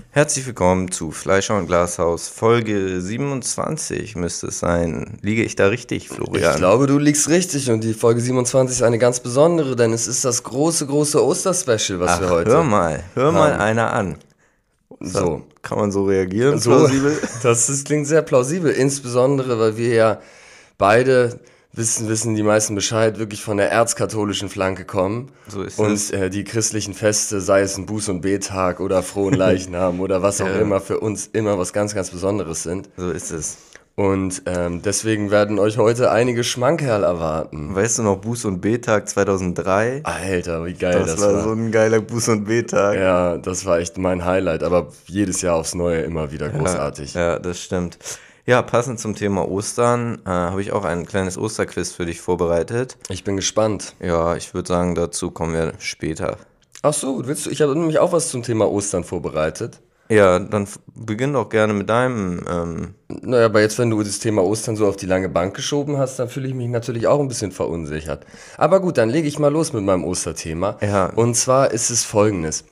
Herzlich willkommen zu Fleischer und Glashaus, Folge 27 müsste es sein. Liege ich da richtig, Ich Florian? glaube, du liegst richtig und die Folge 27 ist eine ganz besondere, denn es ist das große Osterspecial, was wir Ach, hör heute mal, hör mal haben. einer an. So, Kann man so reagieren, so, plausibel? klingt sehr plausibel, insbesondere, weil wir ja beide wissen die meisten Bescheid, wirklich von der erzkatholischen Flanke kommen So ist und es. die christlichen Feste, sei es ein Buß- und Bettag oder Frohen Leichnam oder was auch Ja, immer, für uns immer was ganz Besonderes sind. so ist es. Und deswegen werden euch heute einige Schmankerl erwarten. Weißt du noch Buß- und B-Tag 2003? Alter, wie geil Das das war so war. ein geiler Buß- und B-Tag. Ja, das war echt mein Highlight, aber jedes Jahr aufs Neue immer wieder Ja, großartig. ja, das stimmt. Ja, passend zum Thema Ostern habe ich auch ein kleines Osterquiz für dich vorbereitet. Ich bin gespannt. Ja, ich würde sagen, dazu kommen wir später. Ach so, willst du? Ich habe nämlich auch was zum Thema Ostern vorbereitet. Ja, dann beginn doch gerne mit deinem. Naja, aber jetzt, wenn du das Thema Ostern so auf die lange Bank geschoben hast, dann fühle ich mich natürlich auch ein bisschen verunsichert. Aber gut, dann lege ich mal los mit meinem Osterthema. Ja, Und zwar ist es folgendes.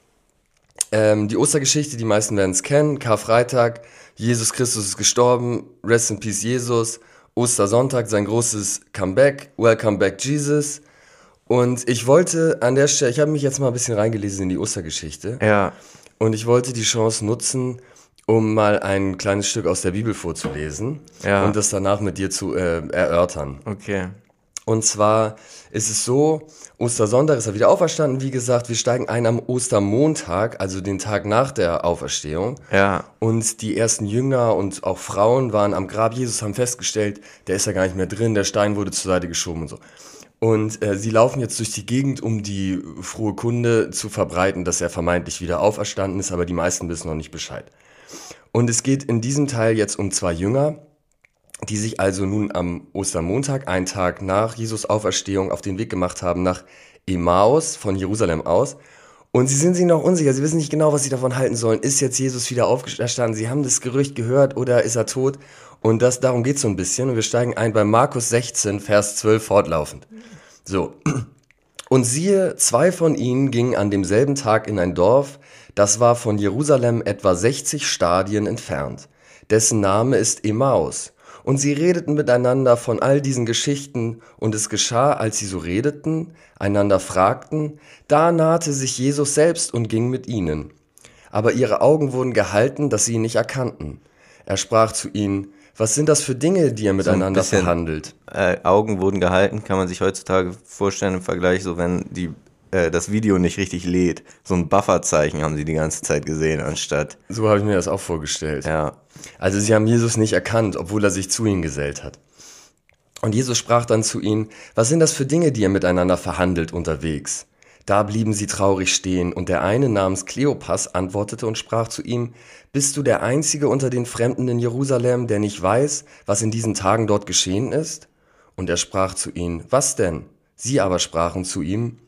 Die Ostergeschichte, die meisten werden es kennen. Karfreitag, Jesus Christus ist gestorben, Rest in Peace Jesus. Ostersonntag, sein großes Comeback, Welcome back Jesus. Und ich wollte an der Stelle, ich habe mich jetzt mal ein bisschen reingelesen in die Ostergeschichte ja, und ich wollte die Chance nutzen, um mal ein kleines Stück aus der Bibel vorzulesen ja, und das danach mit dir zu erörtern. okay. Und zwar ist es so, Ostersonntag ist er wieder auferstanden, wie gesagt, wir steigen ein am Ostermontag, also den Tag nach der Auferstehung. Ja, Und die ersten Jünger und auch Frauen waren am Grab Jesus, haben festgestellt, der ist ja gar nicht mehr drin, der Stein wurde zur Seite geschoben und so. Und sie laufen jetzt durch die Gegend, um die frohe Kunde zu verbreiten, dass er vermeintlich wieder auferstanden ist, aber die meisten wissen noch nicht Bescheid. Und es geht in diesem Teil jetzt um zwei Jünger, die sich also nun am Ostermontag, einen Tag nach Jesus Auferstehung, auf den Weg gemacht haben nach Emmaus von Jerusalem aus. Und sie sind sich noch unsicher, sie wissen nicht genau, was sie davon halten sollen. Ist jetzt Jesus wieder auferstanden? Sie haben das Gerücht gehört oder ist er tot? Und darum geht es so ein bisschen. Und wir steigen ein bei Markus 16, Vers 12 fortlaufend. So, und siehe, zwei von ihnen gingen an demselben Tag in ein Dorf, das war von Jerusalem etwa 60 Stadien entfernt. Dessen Name ist Emmaus. Und sie redeten miteinander von all diesen Geschichten, und es geschah, als sie so redeten, einander fragten, da nahte sich Jesus selbst und ging mit ihnen. Aber ihre Augen wurden gehalten, dass sie ihn nicht erkannten. Er sprach zu ihnen, was sind das für Dinge, die ihr so ein miteinander bisschen verhandelt? Augen wurden gehalten, kann man sich heutzutage vorstellen im Vergleich, so wenn das Video nicht richtig lädt. So ein Bufferzeichen haben sie die ganze Zeit gesehen, anstatt. So habe ich mir das auch vorgestellt. Ja, Also sie haben Jesus nicht erkannt, obwohl er sich zu ihnen gesellt hat. Und Jesus sprach dann zu ihnen, was sind das für Dinge, die ihr miteinander verhandelt unterwegs? Da blieben sie traurig stehen, und der eine namens Kleopas antwortete und sprach zu ihm, bist du der Einzige unter den Fremden in Jerusalem, der nicht weiß, was in diesen Tagen dort geschehen ist? Und er sprach zu ihnen, was denn? Sie aber sprachen zu ihm,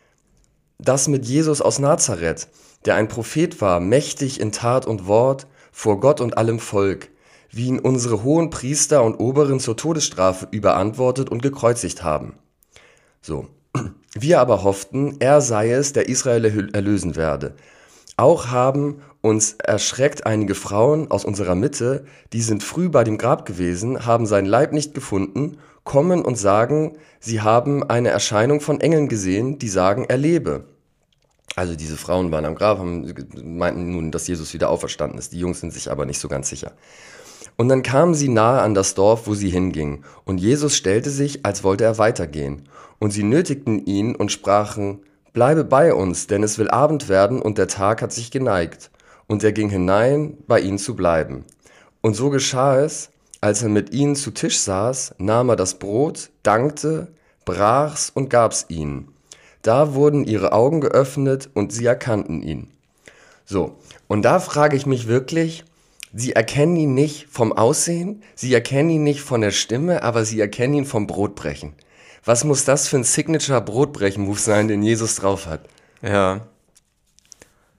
das mit Jesus aus Nazareth, der ein Prophet war, mächtig in Tat und Wort, vor Gott und allem Volk, wie ihn unsere hohen Priester und Oberen zur Todesstrafe überantwortet und gekreuzigt haben. So. Wir aber hofften, er sei es, der Israel erlösen werde. Auch haben uns erschreckt einige Frauen aus unserer Mitte, die sind früh bei dem Grab gewesen, haben seinen Leib nicht gefunden, kommen und sagen, sie haben eine Erscheinung von Engeln gesehen, die sagen, er lebe. Also diese Frauen waren am Grab, meinten nun, dass Jesus wieder auferstanden ist. Die Jungs sind sich aber nicht so ganz sicher. Und dann kamen sie nahe an das Dorf, wo sie hingingen. Und Jesus stellte sich, als wollte er weitergehen. Und sie nötigten ihn und sprachen, bleibe bei uns, denn es will Abend werden und der Tag hat sich geneigt. Und er ging hinein, bei ihnen zu bleiben. Und so geschah es, als er mit ihnen zu Tisch saß, nahm er das Brot, dankte, brach's und gab's ihnen. Da wurden ihre Augen geöffnet und sie erkannten ihn. So, und da frage ich mich wirklich, sie erkennen ihn nicht vom Aussehen, sie erkennen ihn nicht von der Stimme, aber sie erkennen ihn vom Brotbrechen. Was muss das für ein Signature-Brotbrechen-Move sein, den Jesus drauf hat? ja,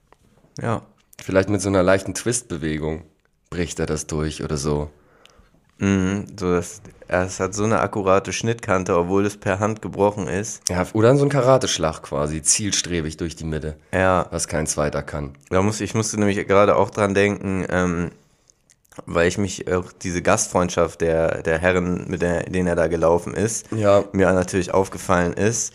ja. Vielleicht mit so einer leichten Twist-Bewegung bricht er das durch oder so. Es hat so eine akkurate Schnittkante, obwohl es per Hand gebrochen ist. Ja, oder so ein Karateschlag quasi, zielstrebig durch die Mitte, Ja, was kein zweiter kann. ich musste nämlich gerade auch dran denken, weil ich mich auch diese Gastfreundschaft der Herren, denen er da gelaufen ist, Ja, mir natürlich aufgefallen ist.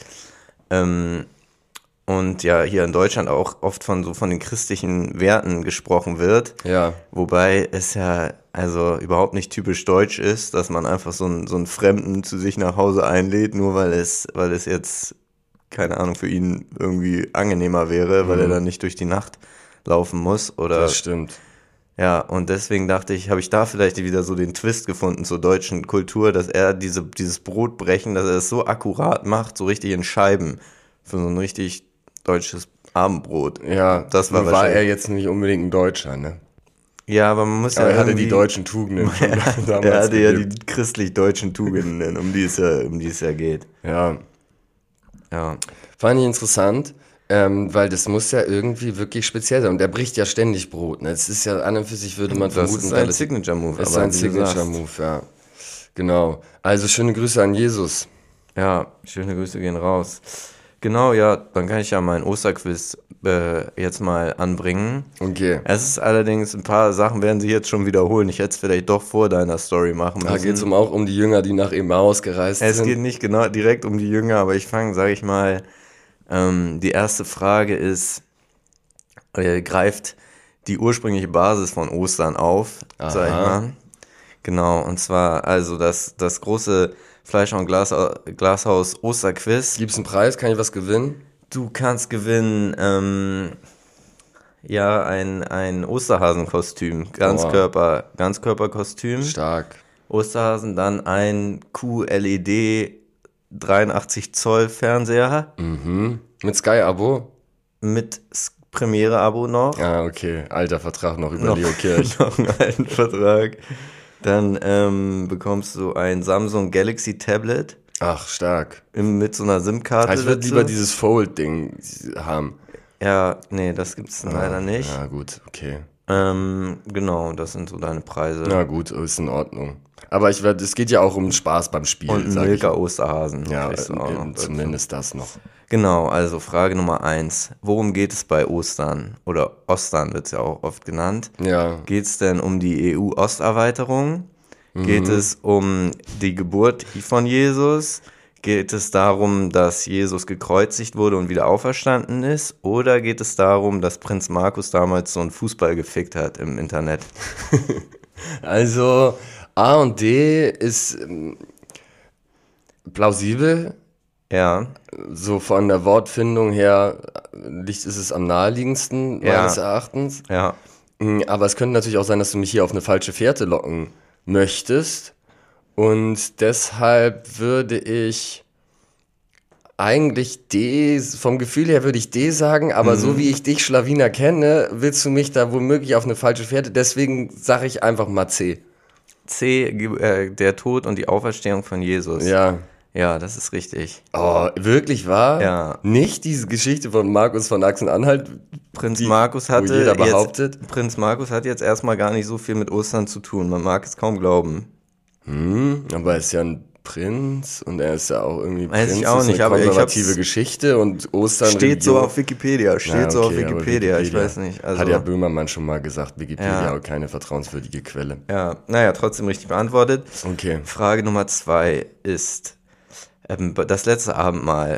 Und ja, hier in Deutschland auch oft von den christlichen Werten gesprochen wird. ja, Wobei es ja also überhaupt nicht typisch deutsch ist, dass man einfach so einen Fremden zu sich nach Hause einlädt, nur weil es jetzt, keine Ahnung, für ihn irgendwie angenehmer wäre, weil er dann nicht durch die Nacht laufen muss. Oder das stimmt. ja, und deswegen dachte ich, habe ich da vielleicht wieder so den Twist gefunden zur deutschen Kultur, dass er dieses Brotbrechen, dass er es so akkurat macht, so richtig in Scheiben, für so ein richtig deutsches Abendbrot. Ja, Das war nur war wahrscheinlich- er jetzt nicht unbedingt ein Deutscher, ne? Ja, aber man muss Aber ja er hatte irgendwie, die deutschen Tugenden schon damals er hatte ja gelebt. die christlich-deutschen Tugenden, um die es ja geht. Ja, Ja, fand ich interessant, weil das muss ja irgendwie wirklich speziell sein. Und er bricht ja ständig Brot, ne? Es ist ja an und für sich, würde man das vermuten, ist ein Signature-Move. ist aber ein wie du sagst. Signature-Move, ja. Genau. Also schöne Grüße an Jesus. Ja, schöne Grüße gehen raus. Genau, ja, dann kann ich ja mein Osterquiz jetzt mal anbringen. Okay. Es ist allerdings, ein paar Sachen werden sie jetzt schon wiederholen. Ich hätte es vielleicht doch vor deiner Story machen Da müssen. geht es auch um die Jünger, die nach Emmaus gereist Es sind. geht nicht genau direkt um die Jünger, aber ich fange, sage ich mal, die erste Frage ist, greift die ursprüngliche Basis von Ostern auf, sag ich Aha. mal. Genau, und zwar also das große Fleisch- und Glashaus Osterquiz. Gibt's einen Preis? Kann ich was gewinnen? Du kannst gewinnen, ja, ein Osterhasenkostüm, Ganzkörperkostüm. Stark. Osterhasen, dann ein QLED 83 Zoll Fernseher Mit Sky-Abo? mit Premiere-Abo noch. Ah, okay. Alter Vertrag noch über Leo Kirch. Noch einen alten Vertrag. Dann bekommst du ein Samsung Galaxy Tablet Ach, stark. mit so einer SIM-Karte. Also ich würde dazu. lieber dieses Fold-Ding haben. Ja, nee, das gibt's leider nicht. Ja, gut, okay. Genau, das sind so deine Preise. Na gut, ist in Ordnung. Aber es geht ja auch um Spaß beim Spiel, Und ein sag ich. Milka Osterhasen. Ja, kriegst du auch noch dazu. zumindest das noch. Genau, also Frage Nummer 1. Worum geht es bei Ostern? Oder Ostern wird es ja auch oft genannt. Ja, Geht es denn um die EU-Osterweiterung? Geht es um die Geburt von Jesus? Geht es darum, dass Jesus gekreuzigt wurde und wieder auferstanden ist? Oder geht es darum, dass Prinz Markus damals so einen Fußball gefickt hat im Internet? also A und D ist plausibel. Ja, So von der Wortfindung her ist es am naheliegendsten, Ja. meines Erachtens. ja. Aber es könnte natürlich auch sein, dass du mich hier auf eine falsche Fährte locken möchtest. Und deshalb würde ich eigentlich D, vom Gefühl her würde ich D sagen, aber so wie ich dich, Schlawiner, kenne, willst du mich da womöglich auf eine falsche Fährte. Deswegen sage ich einfach mal C. C, der Tod und die Auferstehung von Jesus. Ja. Ja, das ist richtig. Oh, wirklich wahr? Ja. Nicht diese Geschichte von Markus von Sachsen-Anhalt, Prinz die- Markus wo jeder behauptet. Prinz Markus hat jetzt erstmal gar nicht so viel mit Ostern zu tun. Man mag es kaum glauben. aber er ist ja ein Prinz und er ist ja auch irgendwie Weiß Prinz. ich auch ist nicht, eine aber ich konservative hab's- Geschichte und Ostern Steht so Religion. auf Wikipedia. Steht so auf okay, aber Wikipedia. Ich weiß nicht. Also, Hat ja Böhmermann schon mal gesagt, Wikipedia Ja. auch keine vertrauenswürdige Quelle. ja, naja, trotzdem richtig beantwortet. Okay. Frage Nummer 2 ist, das letzte Abendmahl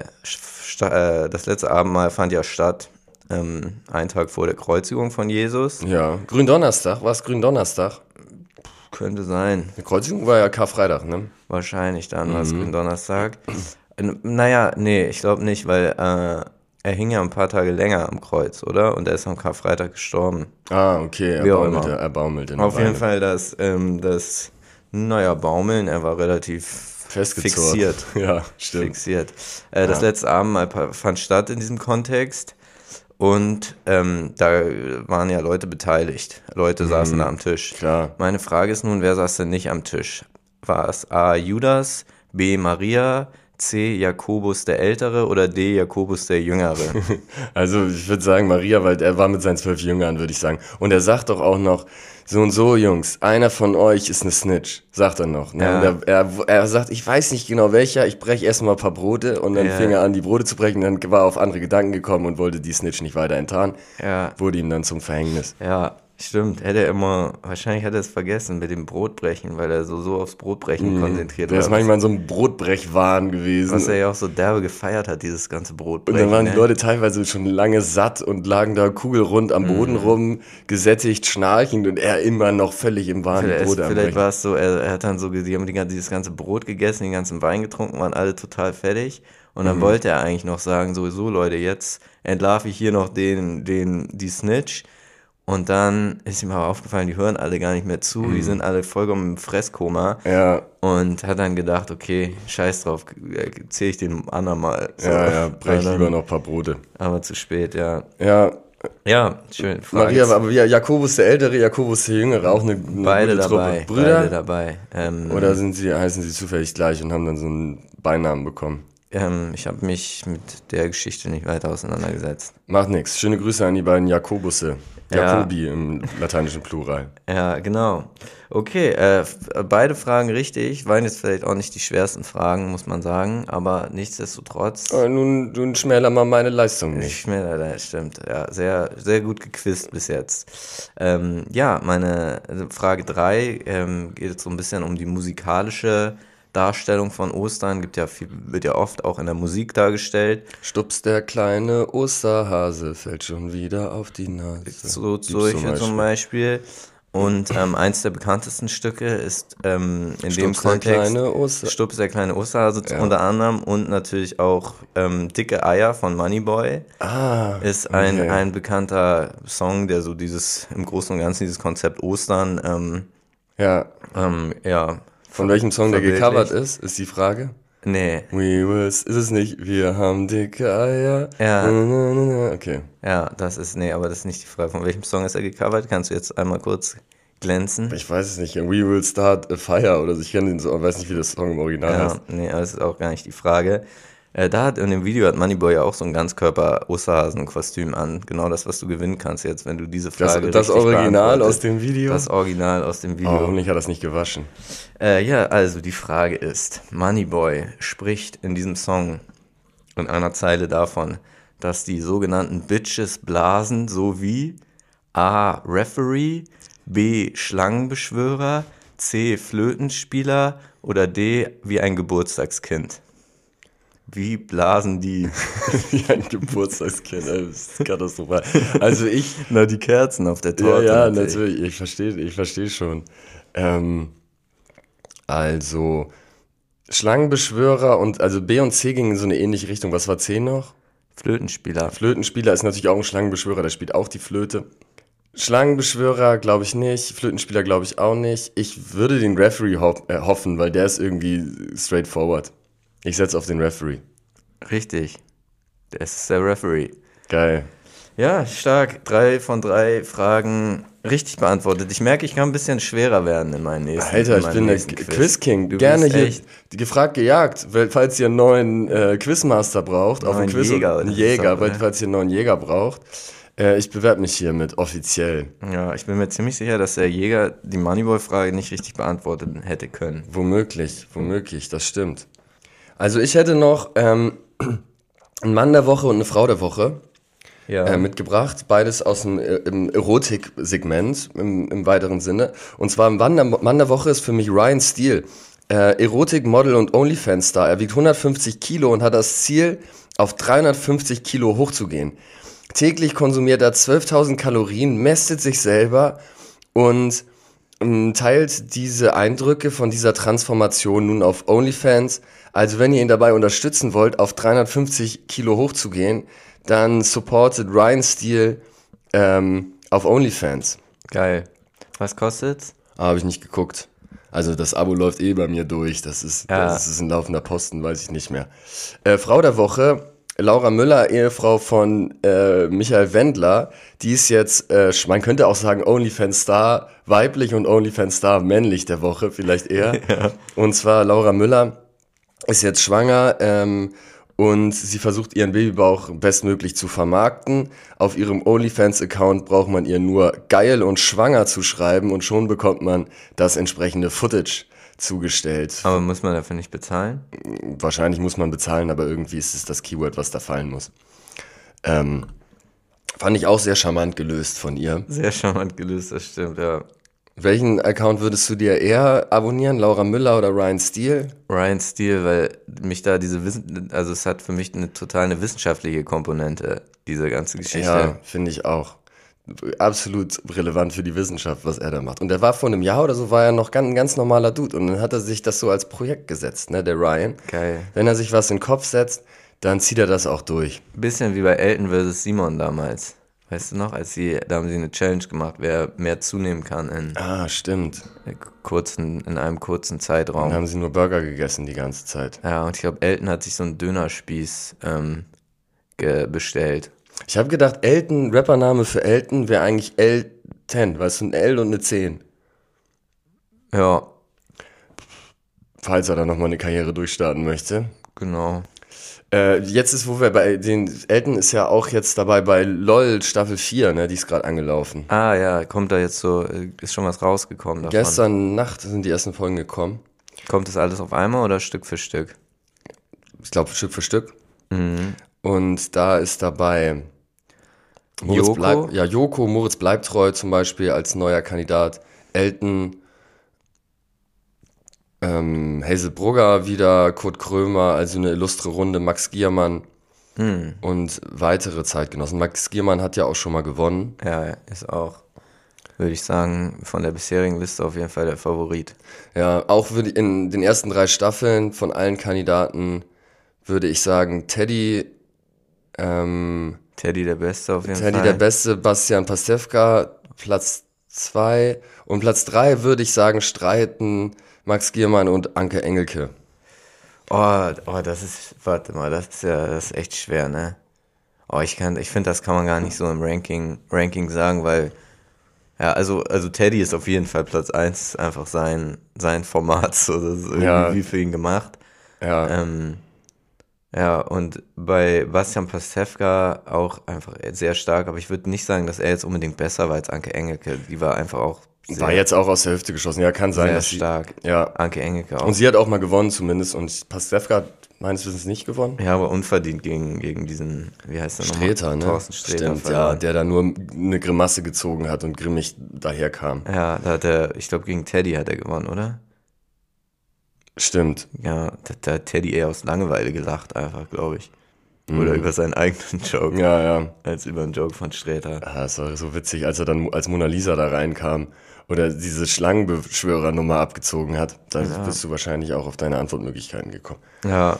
fand ja statt, einen Tag vor der Kreuzigung von Jesus. Ja. Gründonnerstag, war es Gründonnerstag? Könnte sein. Die Kreuzigung war ja Karfreitag, ne? Wahrscheinlich dann war es Gründonnerstag. Naja, nee, ich glaube nicht, weil er hing ja ein paar Tage länger am Kreuz, oder? Und er ist am Karfreitag gestorben. Ah, okay, Wie auch immer. er baumelte. eine Auf jeden Weile. Fall Baumeln, er war relativ Festgezurrt. fixiert. Ja, stimmt. Fixiert. Das letzte Abendmahl fand statt in diesem Kontext und da waren ja Leute beteiligt. Leute saßen da am Tisch. Klar. Meine Frage ist nun, wer saß denn nicht am Tisch? War es A. Judas, B. Maria, C. Jakobus der Ältere oder D. Jakobus der Jüngere? Also ich würde sagen Maria, weil er war mit seinen 12 Jüngern, würde ich sagen. Und er sagt doch auch noch, so und so, Jungs, einer von euch ist eine Snitch, sagt er noch. Ne? Ja. Und er sagt, ich weiß nicht genau welcher, ich breche erstmal ein paar Brote und dann fing er an, die Brote zu brechen, dann war er auf andere Gedanken gekommen und wollte die Snitch nicht weiter enttarnen. Ja. Wurde ihm dann zum Verhängnis. Ja, stimmt. Wahrscheinlich hätte er es vergessen mit dem Brotbrechen, weil er so aufs Brotbrechen konzentriert Der war. ist manchmal in so einem Brotbrechwahn gewesen. Was er ja auch so derbe gefeiert hat, dieses ganze Und Brotbrechen. dann waren die ne? Leute teilweise schon lange satt und lagen da kugelrund am Boden rum, gesättigt, schnarchend und er immer noch völlig im Wahn die Brote am Vielleicht Brechen. war es so, er hat dann so, die haben dieses ganze Brot gegessen, den ganzen Wein getrunken, waren alle total fertig. Und dann wollte er eigentlich noch sagen, sowieso Leute, jetzt entlarve ich hier noch die Snitch. Und dann ist ihm aber aufgefallen, die hören alle gar nicht mehr zu, die sind alle vollkommen im Fresskoma. Ja, Und hat dann gedacht, okay, scheiß drauf, zähle ich den anderen mal. So. brech Und dann- lieber noch ein paar Brote. Aber zu spät, ja. Ja, Ja, schön. Frage Maria, jetzt. aber ja, Jakobus der Ältere, Jakobus der Jüngere, auch eine Beide gute dabei. Truppe. Brüder? Beide dabei. Oder heißen sie zufällig gleich und haben dann so einen Beinamen bekommen? Ich habe mich mit der Geschichte nicht weiter auseinandergesetzt. Macht nix. Schöne Grüße an die beiden Jakobusse. Ja. Jakobi im lateinischen Plural. Ja, genau. Okay, beide Fragen richtig. Waren jetzt vielleicht auch nicht die schwersten Fragen, muss man sagen, aber nichtsdestotrotz. Aber nun schmäler mal meine Leistung nicht. Das stimmt. Ja, sehr, sehr gut gequizt bis jetzt. Ja, meine Frage 3 geht jetzt so ein bisschen um die musikalische Darstellung von Ostern. Wird ja oft auch in der Musik dargestellt. Stups, der kleine Osterhase fällt schon wieder auf die Nase. So Gibt's solche zum Beispiel. Und eins der bekanntesten Stücke ist in dem Stups, der Kontext kleine Oster- Stups, der kleine Osterhase Ja. unter anderem und natürlich auch Dicke Eier von Moneyboy. Ist okay. ein bekannter Song, der so im Großen und Ganzen dieses Konzept Ostern Ja. ja. Von welchem Song der verbildlicht. gecovert ist die Frage? Nee, Ist es nicht, wir haben dicke Eier. Ja. Na, na, na. Okay. ja, aber das ist nicht die Frage. Von welchem Song ist er gecovert? Kannst du jetzt einmal kurz glänzen? Ich weiß es nicht. We will start a fire oder so. Ich kenne den Song, weiß nicht, wie das Song im Original Ja, heißt. nee, aber das ist auch gar nicht die Frage. In dem Video hat Moneyboy ja auch so ein Ganzkörper-Osterhasen-Kostüm an. Genau das, was du gewinnen kannst jetzt, wenn du diese Frage Das richtig Original beantwortest. aus dem Video? Das Original aus dem Oh, Video. hoffentlich hat er das nicht gewaschen. Ja, also die Frage ist, Moneyboy spricht in diesem Song in einer Zeile davon, dass die sogenannten Bitches blasen, sowie A. Referee, B. Schlangenbeschwörer, C. Flötenspieler oder D. wie ein Geburtstagskind. Wie blasen die? Wie ein Geburtstagskind, das ist katastrophal. Also ich, Na, die Kerzen auf der ja, Torte. ja, natürlich, ich verstehe schon. Also, Schlangenbeschwörer und, also B und C gingen in so eine ähnliche Richtung. Was war C noch? Flötenspieler. Flötenspieler ist natürlich auch ein Schlangenbeschwörer, der spielt auch die Flöte. Schlangenbeschwörer glaube ich nicht, Flötenspieler glaube ich auch nicht. Ich würde den Referee hoffen, weil der ist irgendwie straightforward. Ich setze auf den Referee. Richtig. Das ist der Referee. Geil. Ja, stark. 3 von 3 Fragen richtig beantwortet. Ich merke, ich kann ein bisschen schwerer werden in meinen nächsten Alter, in ich meinem bin der nächsten Quiz-King. Du Gerne bist hier echt gefragt, gejagt. Falls ihr einen neuen Quizmaster braucht, auf dem Neuen Quiz. Jäger, Einen das ist Jäger, auch, ne? falls ihr einen neuen Jäger braucht. Ich bewerbe mich hiermit offiziell. Ja, ich bin mir ziemlich sicher, dass der Jäger die Moneyboy-Frage nicht richtig beantwortet hätte können. Womöglich, das stimmt. Also ich hätte noch einen Mann der Woche und eine Frau der Woche mitgebracht. Beides aus dem im Erotik-Segment im weiteren Sinne. Und zwar Mann der Woche ist für mich Ryan Steele. Erotik-Model und OnlyFans-Star. Er wiegt 150 Kilo und hat das Ziel, auf 350 Kilo hochzugehen. Täglich konsumiert er 12.000 Kalorien, mästet sich selber und teilt diese Eindrücke von dieser Transformation nun auf OnlyFans. Also wenn ihr ihn dabei unterstützen wollt, auf 350 Kilo hochzugehen, dann supportet Ryan Steele auf OnlyFans. Geil. Was kostet's? Habe ich nicht geguckt. Also das Abo läuft bei mir durch. Das ist ein laufender Posten, weiß ich nicht mehr. Frau der Woche, Laura Müller, Ehefrau von Michael Wendler. Die ist jetzt, man könnte auch sagen, OnlyFans-Star weiblich und OnlyFans-Star männlich der Woche, vielleicht eher. Ja. Und zwar Laura Müller ist jetzt schwanger und sie versucht ihren Babybauch bestmöglich zu vermarkten. Auf ihrem OnlyFans-Account braucht man ihr nur geil und schwanger zu schreiben und schon bekommt man das entsprechende Footage zugestellt. Aber muss man dafür nicht bezahlen? Wahrscheinlich muss man bezahlen, aber irgendwie ist es das Keyword, was da fallen muss. Fand ich auch sehr charmant gelöst von ihr. Sehr charmant gelöst, das stimmt, ja. Welchen Account würdest du dir eher abonnieren? Laura Müller oder Ryan Steele? Ryan Steele, weil mich da also es hat für mich eine wissenschaftliche Komponente, diese ganze Geschichte. Ja, finde ich auch. Absolut relevant für die Wissenschaft, was er da macht. Und der war vor einem Jahr oder so, war er noch ein ganz normaler Dude. Und dann hat er sich das so als Projekt gesetzt, ne, der Ryan. Geil. Wenn er sich was in den Kopf setzt, dann zieht er das auch durch. Bisschen wie bei Elton vs. Simon damals. Weißt du noch, da haben sie eine Challenge gemacht, wer mehr zunehmen kann in Stimmt. in einem kurzen Zeitraum. Dann haben sie nur Burger gegessen die ganze Zeit. Ja, und ich glaube, Elton hat sich so einen Dönerspieß bestellt. Ich habe gedacht, Elton, Rappername für Elton wäre eigentlich L10, weißt du, ein L und eine 10. Ja, Falls er da nochmal eine Karriere durchstarten möchte. genau. Jetzt ist, wo wir bei den Elton ist ja auch jetzt dabei bei LOL Staffel 4, ne? Die ist gerade angelaufen. Ah ja, kommt da jetzt so, ist schon was rausgekommen davon? Gestern Nacht sind die ersten Folgen gekommen. Kommt das alles auf einmal oder Stück für Stück? Ich glaube Stück für Stück. Mhm. Und da ist dabei Joko? Joko, Moritz bleibt treu zum Beispiel als neuer Kandidat. Elton, Hazel Brugger wieder, Kurt Krömer, also eine illustre Runde, Max Giermann und weitere Zeitgenossen. Max Giermann hat ja auch schon mal gewonnen. Ja, ist auch, würde ich sagen, von der bisherigen Liste auf jeden Fall der Favorit. Ja, auch würde ich in den ersten 3 Staffeln von allen Kandidaten würde ich sagen, Teddy Teddy der Beste auf jeden Fall. Teddy der Beste, Bastian Pastewka, Platz 2 und Platz 3 würde ich sagen, streiten Max Giermann und Anke Engelke. Das ist echt schwer, ne? Ich finde, das kann man gar nicht so im Ranking sagen, weil, ja, also Teddy ist auf jeden Fall Platz 1, ist einfach sein Format, so, das ist irgendwie wie für ihn gemacht. Ja. Ja, und bei Bastian Pastewka auch einfach sehr stark, aber ich würde nicht sagen, dass er jetzt unbedingt besser war als Anke Engelke. Die war einfach auch war jetzt auch aus der Hüfte geschossen. Ja, kann sein, sehr dass stark. Ja. Anke Engelke auch. Und sie hat auch mal gewonnen zumindest und Pastewka hat meines Wissens nicht gewonnen. Ja, aber unverdient gegen diesen, wie heißt der nochmal? Sträter, ne? Thorsten Sträter. Stimmt, ja, der da nur eine Grimasse gezogen hat und grimmig daherkam. Ja, ich glaube, gegen Teddy hat er gewonnen, oder? Stimmt. Ja, da hat Teddy eher aus Langeweile gelacht, einfach, glaube ich. Oder über seinen eigenen Joke. Ja. Als über einen Joke von Sträter. Das war so witzig, als er dann als Mona Lisa da reinkam oder diese Schlangenbeschwörer-Nummer abgezogen hat. Da bist du wahrscheinlich auch auf deine Antwortmöglichkeiten gekommen. Ja.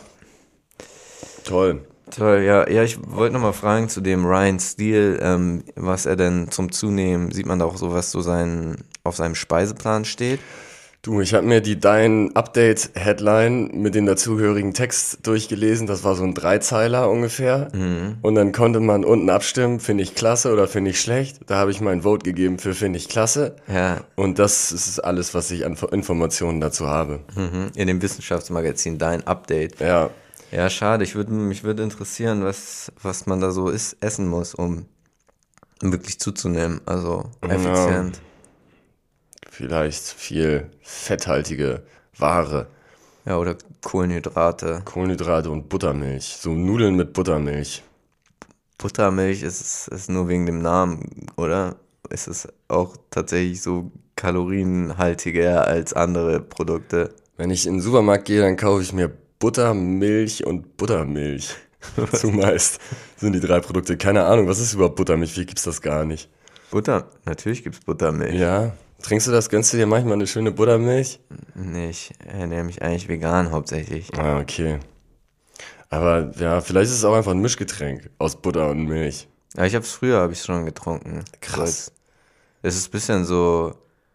Toll, ja, ich wollte nochmal fragen zu dem Ryan Steele, was er denn zum Zunehmen, sieht man da auch so, was so auf seinem Speiseplan steht? Du, ich habe mir die Dein Update-Headline mit dem dazugehörigen Text durchgelesen. Das war so ein 3-Zeiler ungefähr. Und dann konnte man unten abstimmen, finde ich klasse oder finde ich schlecht. Da habe ich mein Vote gegeben für finde ich klasse. Ja. Und das ist alles, was ich an Informationen dazu habe. In dem Wissenschaftsmagazin Dein Update. Ja. Ja, schade. Mich würde interessieren, was man da so essen muss, um wirklich zuzunehmen. Also effizient. Ja. Vielleicht viel fetthaltige Ware. Ja, oder Kohlenhydrate. Kohlenhydrate und Buttermilch. So Nudeln mit Buttermilch. Buttermilch ist nur wegen dem Namen, oder? Ist es auch tatsächlich so kalorienhaltiger als andere Produkte? Wenn ich in den Supermarkt gehe, dann kaufe ich mir Buttermilch und Buttermilch. Zumeist sind die 3 Produkte. Keine Ahnung, was ist überhaupt Buttermilch? Wie gibt's das gar nicht? Natürlich gibt's Buttermilch. Ja. Trinkst du das? Gönnst du dir manchmal eine schöne Buttermilch? Nee, ich ernähre mich eigentlich vegan hauptsächlich. Ah, okay. Aber ja, vielleicht ist es auch einfach ein Mischgetränk aus Butter und Milch. Ja, früher habe ich es schon getrunken. Krass. Es ist ein bisschen so,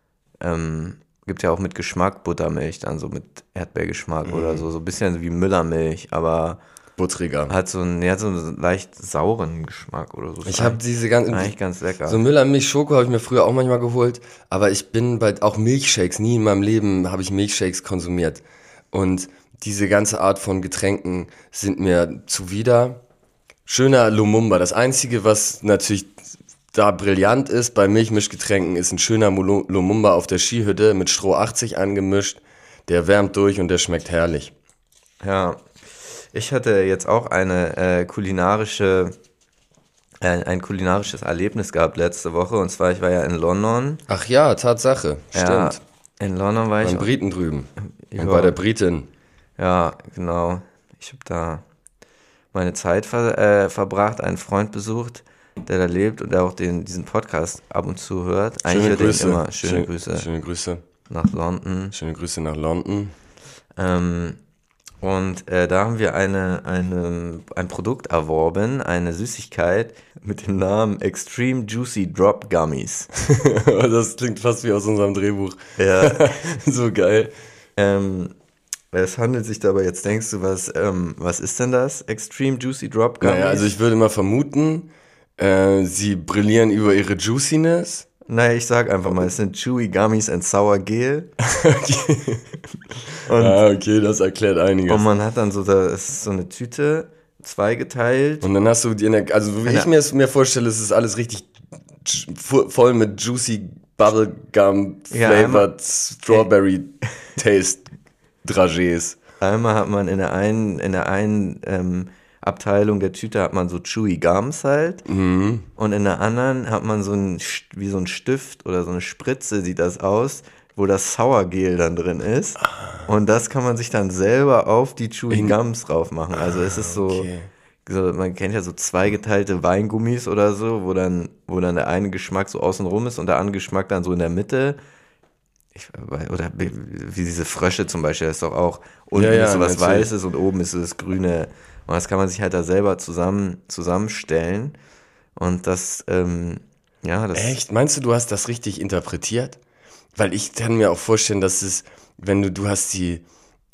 gibt ja auch mit Geschmack Buttermilch, dann so mit Erdbeergeschmack oder so ein bisschen wie Müllermilch, aber buttriger. Hat so einen leicht sauren Geschmack oder so. Ich habe diese ganzen, eigentlich ganz lecker. So Müllermilch Schoko habe ich mir früher auch manchmal geholt, aber ich bin auch Milchshakes, nie in meinem Leben habe ich Milchshakes konsumiert. Und diese ganze Art von Getränken sind mir zuwider. Schöner Lumumba. Das Einzige, was natürlich da brillant ist bei Milchmischgetränken, ist ein schöner Lumumba auf der Skihütte mit Stroh 80 angemischt. Der wärmt durch und der schmeckt herrlich. Ja, ich hatte jetzt auch ein kulinarisches Erlebnis gehabt letzte Woche. Und zwar, ich war ja in London. Ach ja, Tatsache. Ja, Stimmt. in London war ich. Beim Briten drüben. Ja. Und bei der Britin. Ja, genau. Ich habe da meine Zeit verbracht, einen Freund besucht, der da lebt und der auch diesen Podcast ab und zu hört. Eigentlich Schöne hört er ihn Grüße. immer. Schöne Grüße Schöne Grüße. nach London. Schöne Grüße nach London. Und da haben wir ein Produkt erworben, eine Süßigkeit mit dem Namen Extreme Juicy Drop Gummies. Das klingt fast wie aus unserem Drehbuch. Ja. So geil. Es handelt sich dabei, jetzt denkst du, was ist denn das? Extreme Juicy Drop Gummies? Naja, also ich würde mal vermuten, sie brillieren über ihre Juiciness. Naja, ich sag einfach mal, es sind Chewy Gummies and Sour Gel. Okay. Okay, das erklärt einiges. Und man hat dann das ist so eine Tüte, zweigeteilt. Und dann hast du also wie ich mir es mir vorstelle, ist es alles richtig voll mit Juicy Bubblegum Flavored Strawberry Taste Dragés. Einmal hat man in der einen Abteilung der Tüte hat man so Chewy Gums halt. Mhm. Und in der anderen hat man wie so ein Stift oder so eine Spritze, sieht das aus, wo das Sourgel dann drin ist. Und das kann man sich dann selber auf die Chewy Gums drauf machen. Also es ist so, man kennt ja so zweigeteilte Weingummis oder so, wo dann der eine Geschmack so außenrum ist und der andere Geschmack dann so in der Mitte. Oder wie diese Frösche zum Beispiel, das ist doch auch, unten ist so was Weißes und oben ist so das Grüne. Und das kann man sich halt da selber zusammenstellen. Und das, das... Echt? Meinst du hast das richtig interpretiert? Weil ich kann mir auch vorstellen, dass es, wenn du hast die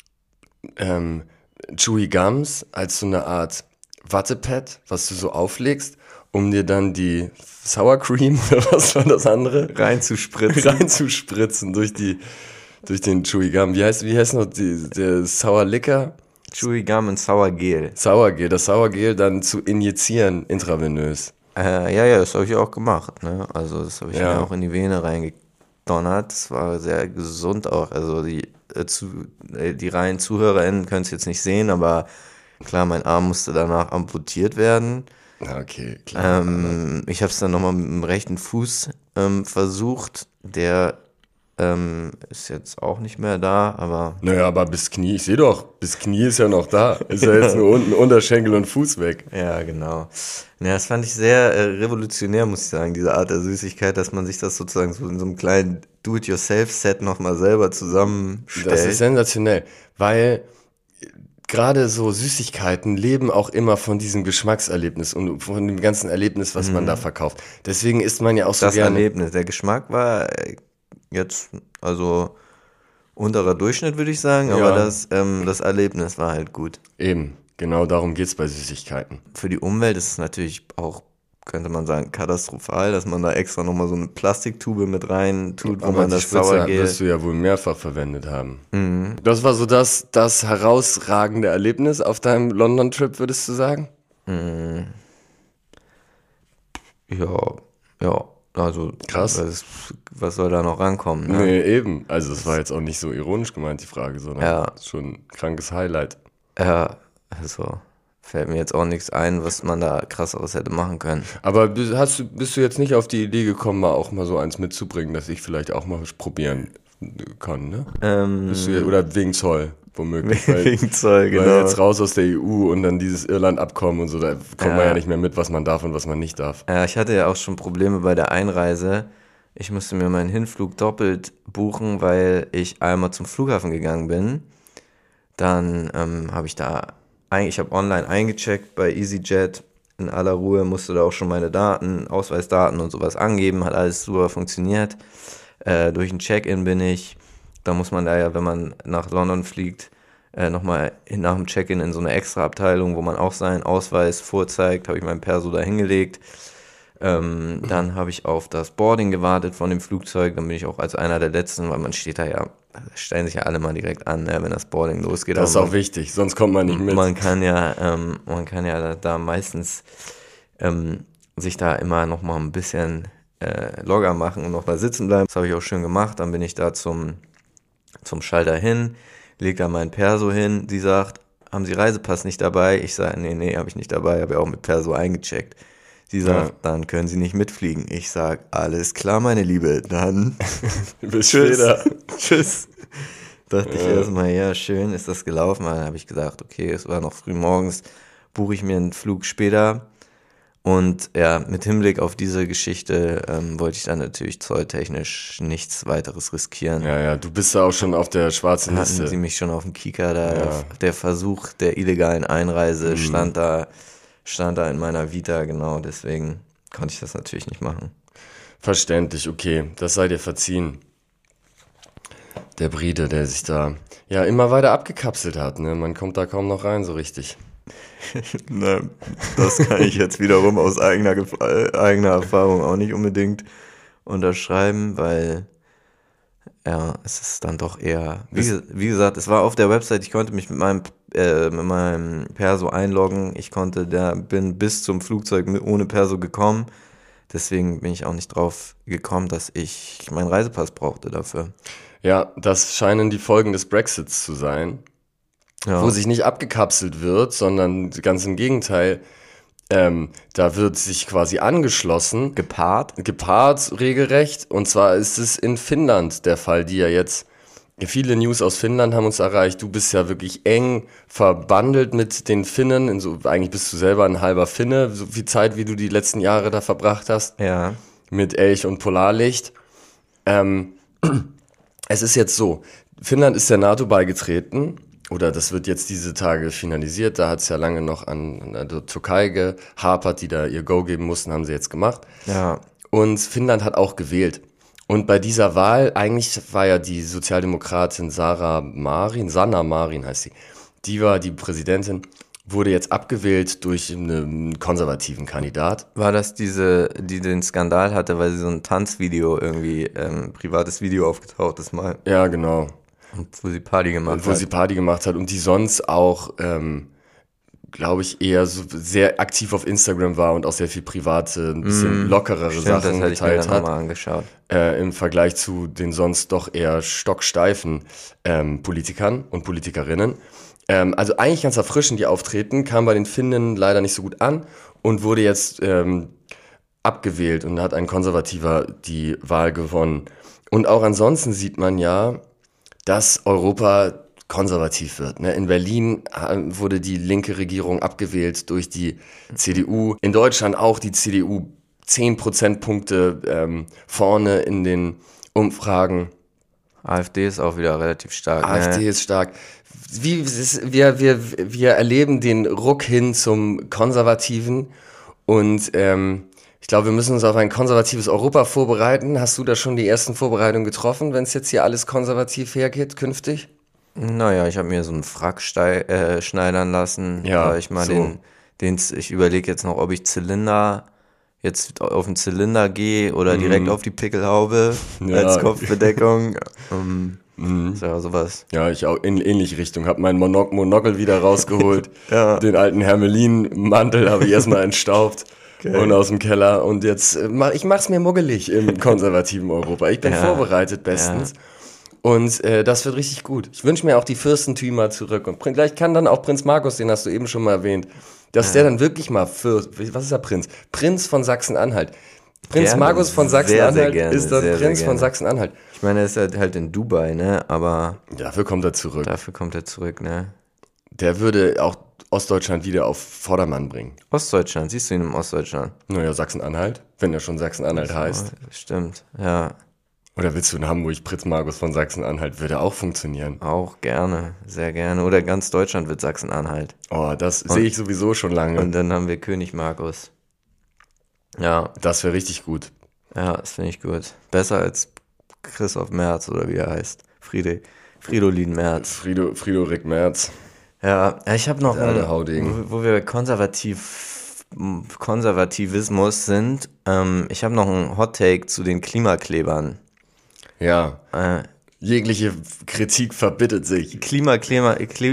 Chewy Gums als so eine Art Wattepad, was du so auflegst, um dir dann die Sour Cream oder was war das andere? Reinzuspritzen durch den Chewy Gum. Wie heißt noch der Sour Liquor? Chewy Gum und Sour Gel. Das Sour Gel dann zu injizieren, intravenös. Ja, das habe ich auch gemacht. Ne? Also das habe ich mir auch in die Vene reingedonnert. Das war sehr gesund auch. Also die reinen ZuhörerInnen können es jetzt nicht sehen, aber klar, mein Arm musste danach amputiert werden. Okay, klar. Ich habe es dann nochmal mit dem rechten Fuß versucht. Der ist jetzt auch nicht mehr da, aber... Naja, aber bis Knie, ich sehe doch, bis Knie ist ja noch da. Ist ja jetzt nur unten Unterschenkel und Fuß weg. Ja, genau. Ja, das fand ich sehr revolutionär, muss ich sagen, diese Art der Süßigkeit, dass man sich das sozusagen so in so einem kleinen Do-it-yourself-Set nochmal selber zusammenstellt. Das ist sensationell, weil gerade so Süßigkeiten leben auch immer von diesem Geschmackserlebnis und von dem ganzen Erlebnis, was man da verkauft. Deswegen isst man ja auch so das gerne... Erlebnis, der Geschmack war jetzt, also unterer Durchschnitt, würde ich sagen, aber das Erlebnis war halt gut. Eben, genau darum geht's bei Süßigkeiten. Für die Umwelt ist es natürlich auch, könnte man sagen, katastrophal, dass man da extra nochmal so eine Plastiktube mit rein tut, wo man das Sauergel... wirst du ja wohl mehrfach verwendet haben. Mhm. Das war so das herausragende Erlebnis auf deinem London-Trip, würdest du sagen? Mhm. Ja. Also, krass. Was soll da noch rankommen? Ne? Nee, eben. Also, es war jetzt auch nicht so ironisch gemeint, die Frage, sondern schon ein krankes Highlight. Ja, also fällt mir jetzt auch nichts ein, was man da krasseres hätte machen können. Aber bist du jetzt nicht auf die Idee gekommen, auch mal so eins mitzubringen, dass ich vielleicht auch mal probieren kann, ne? Oder wegen Zoll, womöglich. Wegen Zoll, genau. Weil jetzt raus aus der EU und dann dieses Irland-Abkommen und so, da kommt man ja nicht mehr mit, was man darf und was man nicht darf. Ja, ich hatte ja auch schon Probleme bei der Einreise. Ich musste mir meinen Hinflug doppelt buchen, weil ich einmal zum Flughafen gegangen bin. Dann habe ich habe online eingecheckt bei EasyJet in aller Ruhe, musste da auch schon meine Daten, Ausweisdaten und sowas angeben, hat alles super funktioniert. Durch ein Check-in bin ich. Da muss man da ja, wenn man nach London fliegt, nochmal nach dem Check-in in so eine extra Abteilung, wo man auch seinen Ausweis vorzeigt, habe ich mein Perso da hingelegt. Dann habe ich auf das Boarding gewartet von dem Flugzeug. Dann bin ich auch als einer der Letzten, weil man steht da ja, stellen sich ja alle mal direkt an, ne, wenn das Boarding losgeht. Das ist auch wichtig, sonst kommt man nicht mit. Man kann ja da meistens sich da immer noch mal ein bisschen locker machen und noch mal sitzen bleiben. Das habe ich auch schön gemacht. Dann bin ich da zum Schalter hin, leg da mein Perso hin. Sie sagt, haben Sie Reisepass nicht dabei? Ich sage, nee, habe ich nicht dabei, habe ja auch mit Perso eingecheckt. Sie sagt, Dann können Sie nicht mitfliegen. Ich sage, alles klar, meine Liebe, dann bis später. Tschüss. Dachte ich erstmal, ja, schön, ist das gelaufen. Dann habe ich gesagt, okay, es war noch früh morgens, buche ich mir einen Flug später. Und ja, mit Hinblick auf diese Geschichte wollte ich dann natürlich zolltechnisch nichts weiteres riskieren. Ja, du bist da auch schon auf der schwarzen Liste. Hatten sie mich schon auf dem Kieker, der Versuch der illegalen Einreise stand da in meiner Vita, genau, deswegen konnte ich das natürlich nicht machen. Verständlich, okay, das sei dir verziehen. Der Brite, der sich da ja immer weiter abgekapselt hat, ne? Man kommt da kaum noch rein so richtig. Ne, das kann ich jetzt wiederum aus eigener Erfahrung auch nicht unbedingt unterschreiben, weil ja, es ist dann doch eher, wie gesagt, es war auf der Website, ich konnte mich mit meinem Perso einloggen, bin bis zum Flugzeug ohne Perso gekommen, deswegen bin ich auch nicht drauf gekommen, dass ich meinen Reisepass brauchte dafür. Ja, das scheinen die Folgen des Brexits zu sein. Ja. Wo sich nicht abgekapselt wird, sondern ganz im Gegenteil, da wird sich quasi angeschlossen. Gepaart regelrecht. Und zwar ist es in Finnland der Fall, die ja jetzt, viele News aus Finnland haben uns erreicht. Du bist ja wirklich eng verbandelt mit den Finnen. Eigentlich bist du selber ein halber Finne, so viel Zeit, wie du die letzten Jahre da verbracht hast. Ja. Mit Elch und Polarlicht. Es ist jetzt so, Finnland ist der NATO beigetreten. Oder das wird jetzt diese Tage finalisiert. Da hat es ja lange noch an der Türkei gehapert, die da ihr Go geben mussten, haben sie jetzt gemacht. Ja. Und Finnland hat auch gewählt. Und bei dieser Wahl, eigentlich war ja die Sozialdemokratin Sanna Marin heißt sie, die war die Präsidentin, wurde jetzt abgewählt durch einen konservativen Kandidat. War das diese, die den Skandal hatte, weil sie so ein Tanzvideo irgendwie, privates Video aufgetaucht ist mal? Ja, genau. Und wo sie Party gemacht hat. Und die sonst auch, glaube ich, eher so sehr aktiv auf Instagram war und auch sehr viel private, ein bisschen lockerere Sachen das geteilt ich mir dann mal angeschaut. Im Vergleich zu den sonst doch eher stocksteifen Politikern und Politikerinnen. Also eigentlich ganz erfrischend, die auftreten, kam bei den Finnen leider nicht so gut an und wurde jetzt abgewählt und hat ein Konservativer die Wahl gewonnen. Und auch ansonsten sieht man ja, dass Europa konservativ wird. In Berlin wurde die linke Regierung abgewählt durch die CDU. In Deutschland auch die CDU 10 Prozentpunkte vorne in den Umfragen. AfD ist auch wieder relativ stark. AfD ist stark. Wir erleben den Ruck hin zum Konservativen und ich glaube, wir müssen uns auf ein konservatives Europa vorbereiten. Hast du da schon die ersten Vorbereitungen getroffen, wenn es jetzt hier alles konservativ hergeht künftig? Naja, ich habe mir so einen Frack schneidern lassen. Ja, ich mal ich überlege jetzt noch, ob ich jetzt auf den Zylinder gehe oder direkt auf die Pickelhaube als Kopfbedeckung. Ja, sowas. Ja, ich auch in ähnliche Richtung. Hab meinen Monokel wieder rausgeholt. Ja. Den alten Hermelin-Mantel habe ich erstmal entstaubt. Okay. Und aus dem Keller. Und jetzt, ich mach's mir muggelig im konservativen Europa. Ich bin vorbereitet bestens. Ja. Und das wird richtig gut. Ich wünsche mir auch die Fürstentümer zurück. Und vielleicht kann dann auch Prinz Markus, den hast du eben schon mal erwähnt, dass der dann wirklich mal was ist der Prinz? Prinz von Sachsen-Anhalt. Prinz Markus von Sachsen-Anhalt ist dann Prinz von Sachsen-Anhalt. Ich meine, er ist halt in Dubai, ne? Aber dafür kommt er zurück. Ne? Der würde auch Ostdeutschland wieder auf Vordermann bringen. Ostdeutschland, siehst du ihn im Ostdeutschland? Naja, Sachsen-Anhalt, wenn er schon Sachsen-Anhalt heißt. Stimmt, ja. Oder willst du in Hamburg Prinz Markus von Sachsen-Anhalt? Würde auch funktionieren. Auch gerne, sehr gerne. Oder ganz Deutschland wird Sachsen-Anhalt. Oh, das sehe ich sowieso schon lange. Und dann haben wir König Markus. Ja. Das wäre richtig gut. Ja, das finde ich gut. Besser als Christoph Merz oder wie er heißt. Fridolin Merz. Friedrich Merz. Ja, ich habe noch, wo wir konservativ Konservativismus sind, ich habe noch einen Hot-Take zu den Klimaklebern. Ja. Jegliche Kritik verbittet sich. Kritik